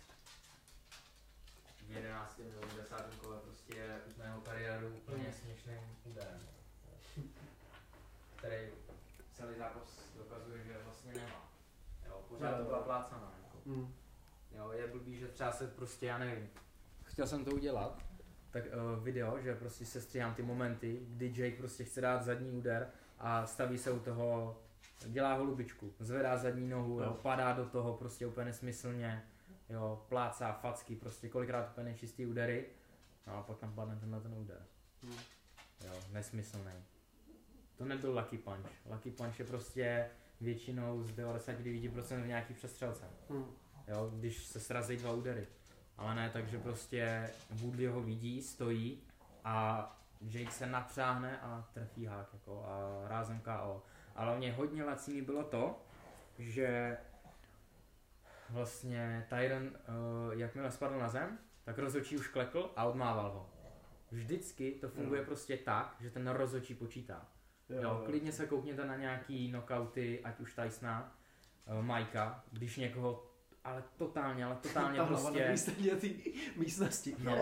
v jedenáctém nebo desátém kole prostě na jeho kariéru úplně směšným úderem, který celý zápas dokazuje, že vlastně nemá. Jo, pořád to byla plácaná. Jako. Mm. Jo, je blbý, že třeba se prostě, já nevím, chtěl jsem to udělat, tak uh, video, že prostě se stříhám ty momenty, kdy Jake prostě chce dát zadní úder a staví se u toho, dělá holubičku, zvedá zadní nohu, jo, padá do toho prostě úplně nesmyslně, jo, plácá facky, prostě kolikrát úplně nečistý údery, no a pak tam padne tenhle ten úder. Mm. Jo, nesmyslný. To nebyl lucky punch. Lucky punch je prostě většinou z devadesát devět procent v nějaký přestřelce. Mm. Jo, když se srazí dva údery. Ale ne, takže prostě Woodley ho vidí, stojí a Jake se napřáhne a trefí hák jako a rázem K O. Ale mě hodně laciný bylo to, že vlastně Tyron, uh, jakmile spadl na zem, tak rozhodčí už klekl a odmával ho. Vždycky to funguje mm. prostě tak, že ten rozhodčí počítá. Jo, jo, klidně se koukněte na nějaký knockouty, ať už Tysona, uh, Mikea, když někoho, ale totálně, ale totálně ta prostě... Ta té místnosti. No.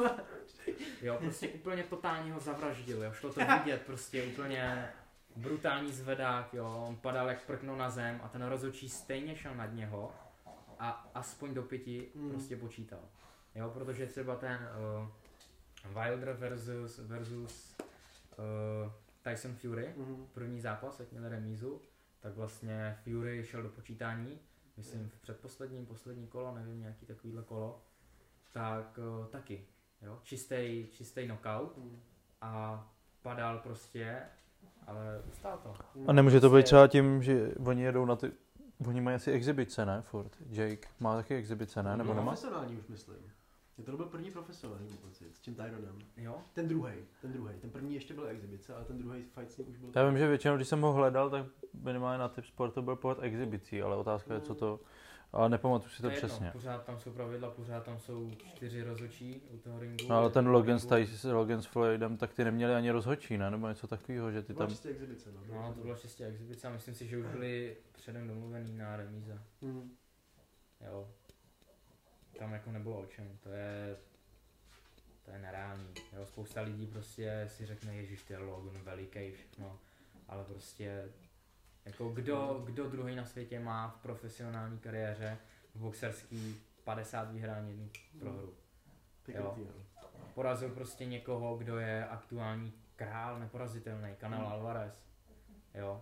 Jo, prostě úplně totálně ho zavraždil, jo, šlo to vidět, prostě úplně brutální zvedák, jo, on padal jak prkno na zem a ten rozhodčí stejně šel nad něho a aspoň do pěti mm. prostě počítal. Jo, protože třeba ten uh, Wilder versus, versus uh, Tyson Fury, mm. první zápas, jak měli remízu, tak vlastně Fury šel do počítání, myslím v předposledním, poslední kolo, nevím, nějaký takovýhle kolo, tak uh, taky, jo, čistý, čistý knockout mm. a padal prostě, ale ustál to. A nemůže to být třeba tím, že oni jedou na ty, oni mají asi exibice, ne, furt, Jake má taky exibice, ne, nebo no, nemá? Profesionální už myslím. To byl první profesionální pocit s tím Tyronem. Jo? Ten druhý, ten druhý. Ten první ještě byl exibice, ale ten druhý fight už byl... Já vím, že většinou, když jsem ho hledal, tak minimálně na Tip Sport to byl pohled exibicí, ale otázka je, co to... Ale nepamatuji si to, to přesně. Jedno, pořád tam jsou pravidla, pořád tam jsou čtyři rozhodčí u toho ringu. No ale ten Logan s Logan s Floydem, tak ty neměli ani rozhodčí, ne? Nebo něco takového, že ty tam... To byla čistě exibice, no. No, to byla čistě exibice a myslím si, že už byli předem domluvený na remíze. Mm. Jo. Tam jako nebylo o čem, to je... To je nereálný, jo, spousta lidí prostě si řekne, ježiš, ty Logan veliký, všechno, ale prostě jako kdo, kdo druhý na světě má v profesionální kariéře v boxerský padesát vyhrání, jednu prohru. Jo. Porazil prostě někoho, kdo je aktuální král, neporazitelný, Canelo Alvarez, jo.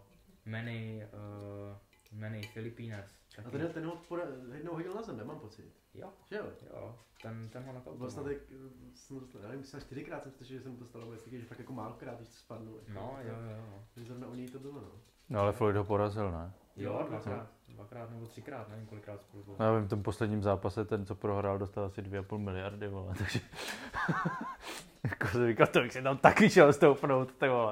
Manny, uh, Manny Filipinas. A ten, ten ho poda, jednou hodil na zem, nemám pocit. Jo. Že jo? Jo, ten, ten ho nakautoval. Vlastně tak jsem dostal, já nevím, myslím, čtyřikrát jsem slyšel, že jsem to dostal, ale taky, že fakt jako málokrát, když to spadnul. No, jo, jo, jo. Takže zrovna u něj to bylo, no. No ale Floyd ho porazil, ne? Jo, dvakrát, dvakrát nebo třikrát, nevím kolikrát spolu bylo. No, já vím, v tom posledním zápase ten, co prohrál, dostal asi dvě a půl miliardy, vole, takže... jako jsem říkal, to bych si tam taky šel stoupnout, ty vole.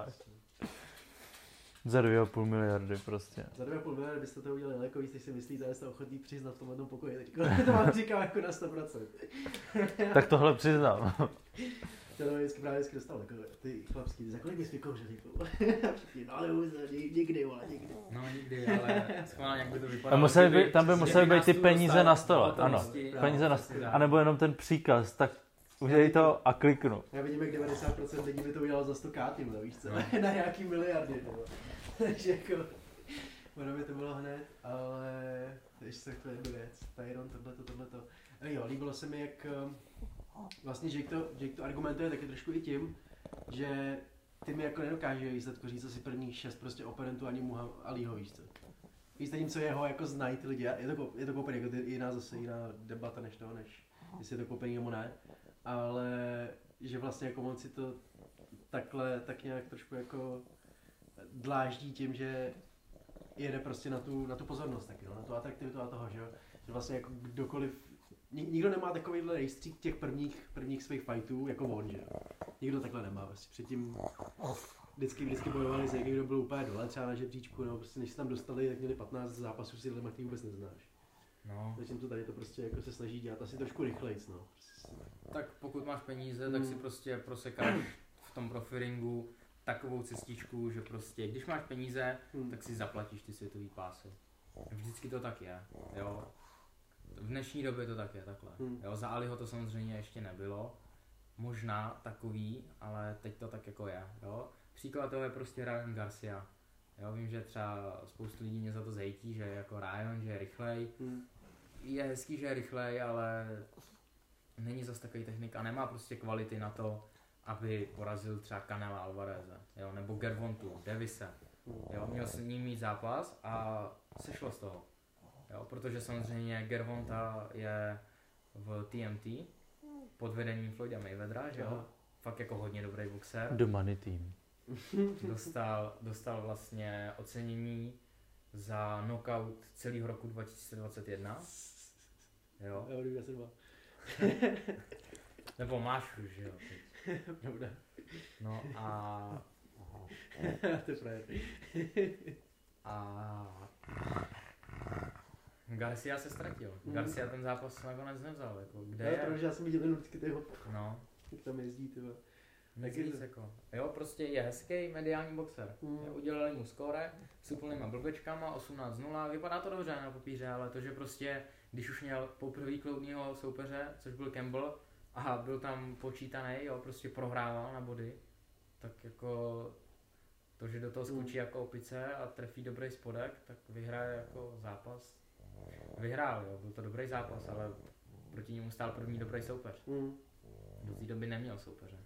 Za dvě a půl miliardy prostě. Za dvě a půl miliardy byste to udělali daleko víc, než si myslíte, ale jste ochotný přiznat v tom jednom pokoji. Teď to vám říkám jako na sto procent. Tak tohle přiznám. To je vždycky právě vždycky dostal jako ty chlapský, za kolik bys vykouřil, říkal. No ale už nikdy, vole, nikdy. No nikdy, ale schválně jak by to vypadalo. A museli by, tam by museli být ty peníze na stole, ano. Peníze na stole, anebo jenom ten příkaz, tak udělej to a kliknu. Já vidím, jak devadesát procent lidí by to udělalo za sto ká, tímhle, víš co, na nějaký miliardy, nebo. Takže jako, ono by to bylo hned, ale ještě to je jednu věc, Tyron, tohleto, tohleto. Jo, líbilo se mi, jak vlastně Jake to, Jake to argumentuje taky trošku i tím, že ty mi jako nedokáže výsledku říct asi prvních šest prostě oponentů ani Muha Alího, víš co. Víš tím, co jeho jako znají ty lidi, je to, je to koupený, jako ty, jiná zase jiná debata než toho, než jestli je to koupený nebo ne, ale že vlastně jako on si to takhle tak nějak trošku jako dláždí tím, že jede prostě na tu, na tu pozornost taky, no, na tu atraktivitu a toho, že jo, že vlastně jako kdokoliv, nikdo nemá takovýhle rejstřík těch prvních, prvních svých fightů jako on, že jo, nikdo takhle nemá, prostě předtím vždycky, vždycky bojovali s někým, kdo byl úplně dole, třeba na žebříčku, no, prostě než se tam dostali, tak měli patnáct zápasů s lidmi, který vůbec neznáš. No. Takže to tady to prostě jako se snaží dělat asi trošku rychlejc, no. Tak pokud máš peníze, tak si prostě prosekáš v tom profiringu takovou cestičku, že prostě, když máš peníze, hmm. tak si zaplatíš ty světový pásy. Vždycky to tak je, jo. V dnešní době to tak je, takhle. Hmm. Jo, za Aliho to samozřejmě ještě nebylo. Možná takový, ale teď to tak jako je, jo. Příklad toho je prostě Ryan Garcia. Jo, vím, že třeba spoustu lidí mě za to zhejtí, že je jako Ryan, že je rychlej. Hmm. Je hezký, že je rychlej, ale není zas takový technik a nemá prostě kvality na to, aby porazil třeba Canela Alvareze, jo, nebo Gervontu, Davise. Jo, měl s ním mít zápas a sešlo z toho. Jo, protože samozřejmě Gervonta je v T M T pod vedením Floyda Mayweathera, že jo? Fakt jako hodně dobrý boxer. The Money Team. Dostal, dostal vlastně ocenění za knockout celého roku dva tisíce dvacet jedna. Jo. Nebo máš už, že jo? Pravda. No a... To je frajer. A... Garcia se ztratil. Mm. Garcia ten zápas nakonec nevzal, jako kde no, je? Protože já jsem viděl ten vždycky ty no. Jak tam jezdí, ty Nic víc, jako. Jo, prostě je hezký mediální boxer. Mm. Udělali mu skóre s úplnýma blbečkama, osmnáct nula, vypadá to dobře na papíře, ale to, že prostě, když už měl poprvé kloudního soupeře, což byl Campbell, a byl tam počítaný, jo, prostě prohrával na body, tak jako to, že do toho skočí mm. jako opice a trefí dobrý spodek, tak vyhraje jako zápas. Vyhrál, jo, byl to dobrý zápas, ale proti němu stál první dobrý soupeř. Mm. Do té doby neměl soupeře.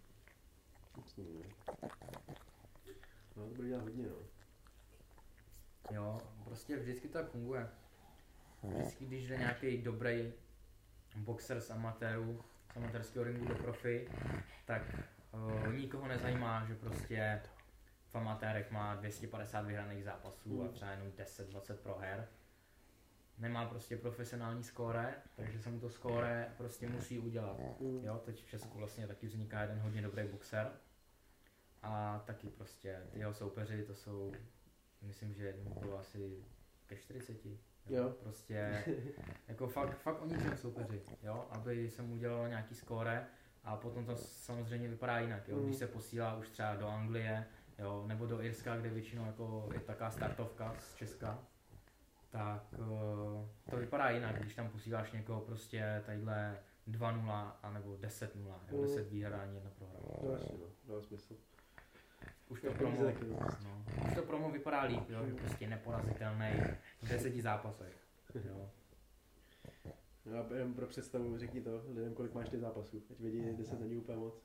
No, to bude dělat hodně, no. Jo, prostě vždycky to tak funguje. Vždycky, když jde nějaký dobrý boxer z amatérů, z amatérského ringu do profi, tak uh, nikoho nezajímá, že prostě v amatérech má dvě stě padesát vyhraných zápasů mm. a třeba jenom deset dvacet proher. Nemá prostě profesionální skóre, takže se mu to skóre prostě musí udělat. Mm. Jo, teď v Česku vlastně taky vzniká jeden hodně dobrý boxer. A taky prostě ty jeho soupeři, to jsou, myslím, že jednou bylo asi ke čtyřiceti. Jo. Jo. Prostě jako fakt, fakt o ničem soupeři, jo, aby se mu udělalo nějaký skóre a potom to samozřejmě vypadá jinak, jo, když se posílá už třeba do Anglie, jo, nebo do Irska, kde většinou jako je taková startovka z Česka, tak uh, to vypadá jinak, když tam posíláš někoho prostě tadyhle dva nula anebo deset nula, jo, deset výhrání, jedna prohra. To jasně, no, dá smysl. Už to, promo, no, už to promo vypadá líp, jo, že prostě neporazitelný v deseti zápasech. Jo. No a jen pro představu řekni to lidem, kolik máš ty zápasů, ať vědí, deset není úplně moc.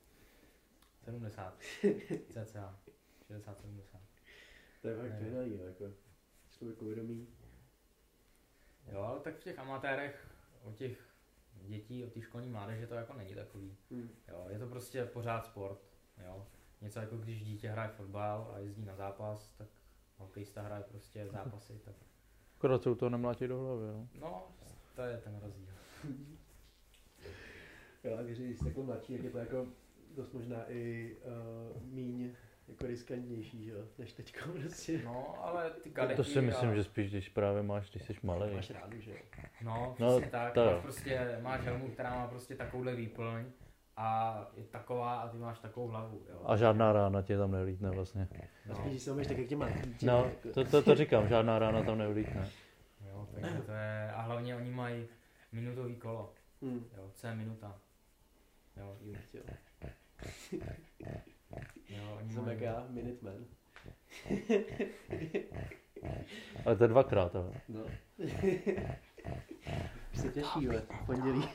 sedmdesát, cca, šedesát sedmdesát. To je fakt přehnaný, jako. jsou jako vědomí. Jo, ale tak v těch amatérech, o těch dětí, o té školní mládeže to jako není takový. Hmm. Jo, je to prostě pořád sport. Jo. Něco jako když dítě hraje fotbal a jezdí na zápas, tak hokejista hraje prostě zápasy. Tak... Akorát se u toho nemlátí do hlavy, jo. No, to je ten rozdíl. Jo, a věřím, když jsi takhle mladší, jak je to jako dost možná i uh, míň jako riskantnější, že jo, než teďko prostě. No, ale ty kadeti To si myslím, a... že spíš, když právě máš, když jsi malý. Máš rádu, že jo. No, No, přesně tak, to jo. máš prostě, máš helmu, která má prostě takovouhle výplň a je taková a ty máš takovou hlavu, jo. A žádná rána tě tam nevlítne vlastně. A spíš, když se umíš tak, jak tě má. No, to, to, to říkám, žádná rána tam nevlítne. Jo, takže to je, a hlavně oni mají minutový kolo, Hmm. jo, C minuta. Jo, ju. Jo. Jo, oni Jsem mají... jak já, Minuteman. Ale to je dvakrát, ale. No. Už se těší, ve, pondělí.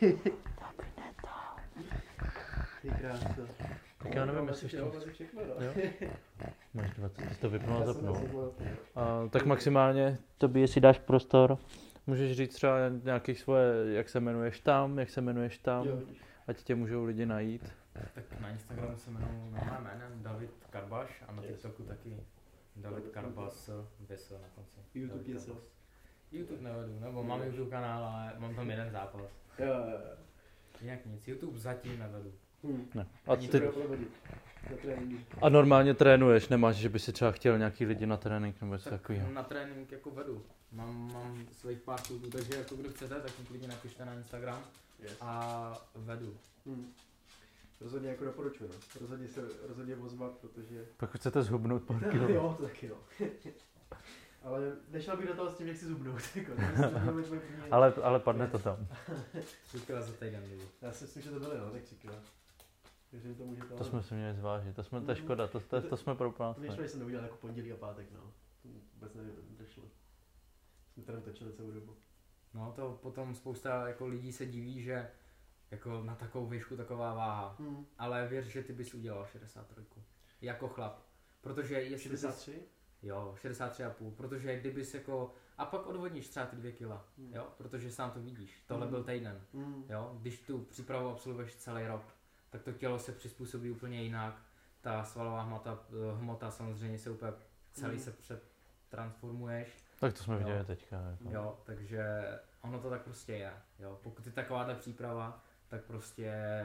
Ty kráso. Tak já nevím, jestli ještě... Jo, asi všechno, no. Jo? Máš dvacet, jsi to vypnul a Já jsem zapnul. zapnul. A, tak maximálně tobě, jestli dáš prostor, můžeš říct třeba nějaký svoje, jak se jmenuješ tam, jak se jmenuješ tam, Jo, vidíš. ať tě můžou lidi najít. Tak na Instagramu se jmenuji na mém jménem David Karbaš a na TikToku taky David Karbas, Vysel na konci. YouTube David něco. Karbas. YouTube nevedu, nebo mám YouTube kanál, ale mám tam jeden zápas. Jo, jo, jo. Jinak nic, YouTube zatím nevedu. Hm. Ne. A, Ani ty, to nebudu. Na tréninku. a normálně trénuješ, nemáš, že by si třeba chtěl nějaký lidi na trénink nebo něco Tak takového. na trénink jako vedu. Mám, mám svých pár klubů, takže jako kdo chcete, tak mi klidně napište na Instagram Yes. a vedu. Hm. Rozhodně jako doporučuji, no. Rozhodně se rozhodně ozvat, protože... Pokud chcete zhubnout pár kilo. Jo, to taky no. Ale nešel bych do toho s tím, jak si zubnout, jako. To myslím, že to bude tvoje první- Ale, ale padne to tam. Třikrát za týden lidi. Já si myslím, že to byly, no, tak třikrát. Takže to může to... To jsme si měli zvážit, to, jsme, to je škoda, to, to, to jsme To propásli. mě jsem neudělal jako pondělí a pátek, no. To vůbec nedošlo. Jsme tady točili celou dobu. No to potom spousta jako lidí se diví, že jako na takovou výšku taková váha. Hmm. Ale věř, že ty bys udělal šedesát tři. Jako chlap. Protože jestli šedesát bys, tři? jo, šedesát tři a půl. Protože kdybys jako, a pak odvodníš třeba ty dvě kila, Hmm. jo, protože sám to vidíš. Tohle Hmm. byl týden, Hmm. jo. Když tu přípravu absolvuješ celý rok, tak to tělo se přizpůsobí úplně jinak. Ta svalová hmota, hmota samozřejmě se úplně celý Hmm. se přetransformuješ. Tak to jsme Jo. viděli teďka. Jako. Jo, takže ono to tak prostě je. Jo. Pokud je takováhle příprava, tak prostě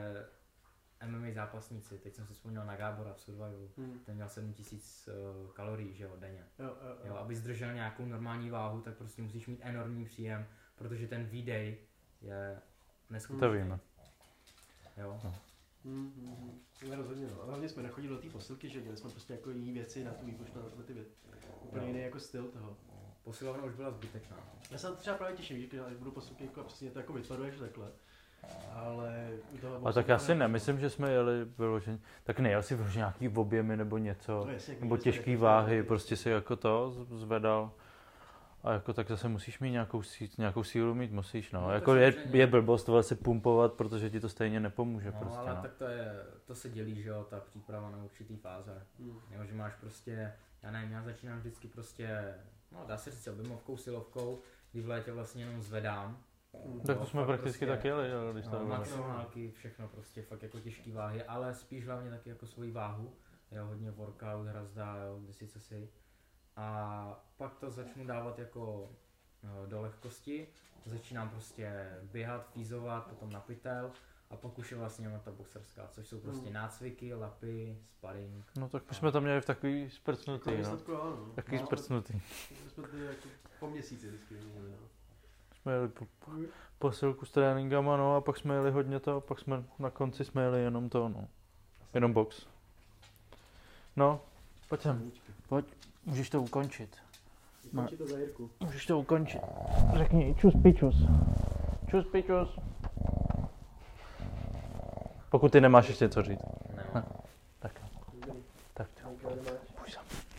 M M A zápasníci, teď jsem si vzpomněl na Gábora v Survivalu, Hmm. ten měl sedm tisíc uh, kalorií, že jo, denně. Jo, jo, jo. Jo, abys držel nějakou normální váhu, tak prostě musíš mít enormní příjem, protože ten výdej je neskutečný. To víme. Jo. Hmm, hmm, hmm. No, rozhodně, no. A hlavně jsme nechodili do té posilky, že měli jsme prostě jako jiný věci na tu výpočtu, na ty věci. Úplně Jo. jiný jako styl toho. Posilovna už byla zbytečná. Já se na to třeba právě těším, že když budu posilky jako a přesně to jako vytvaruješ takhle. Ale u toho A tak já si nemyslím, že jsme jeli vyloženě, tak nejel si vyloženě nějaký objemy nebo něco, No, jasně, nebo když jsme těžký jako- váhy, prostě si jako to z- zvedal. A jako tak zase musíš mít nějakou, sí, nějakou sílu mít, musíš no. No, to Jako je, samozřejmě. je blbost tohle si pumpovat, protože ti to stejně nepomůže No, prostě ale no. tak to je, to se dělí, že jo, ta příprava na určitý fáze. Hmm. Jo, že máš prostě, já nevím, já začínám vždycky prostě, no dá se říct objemovkou, silovkou, kdy v létě vlastně jenom zvedám. Hmm. Tak to Jo, jsme fakt prakticky prostě, tak jeli, jo, když to No, bylo. maximálky, všechno prostě, fakt jako těžké váhy, ale spíš hlavně taky jako svoji váhu, jo, hodně workout, hrazda, jo, desíce si. A pak to začnu dávat jako no, do lehkosti, začínám prostě běhat, fízovat, potom na pytel a pak už je vlastně ta boxerská, což jsou prostě Hmm. nácviky, lapy, sparring. No tak my jsme tam měli v takový sprcnutý, Jako no. výsledku, ano. Takový No. sprcnutý. My jsme tady jako po měsíci vždycky měli, no. Jsme jeli po, po, posilku s tréninkama, no a pak jsme jeli hodně to, pak jsme na konci jsme jeli jenom to, no. Jenom box. No, pojď sem. Pojď, můžeš to ukončit. Ukončí to za Jirku. Můžeš to ukončit. Řekni čus pičus. Čus pičus. Pokud ty nemáš ještě co říct. Nemám. Tak, Dobrý. tak Thank you very much. půjď sem.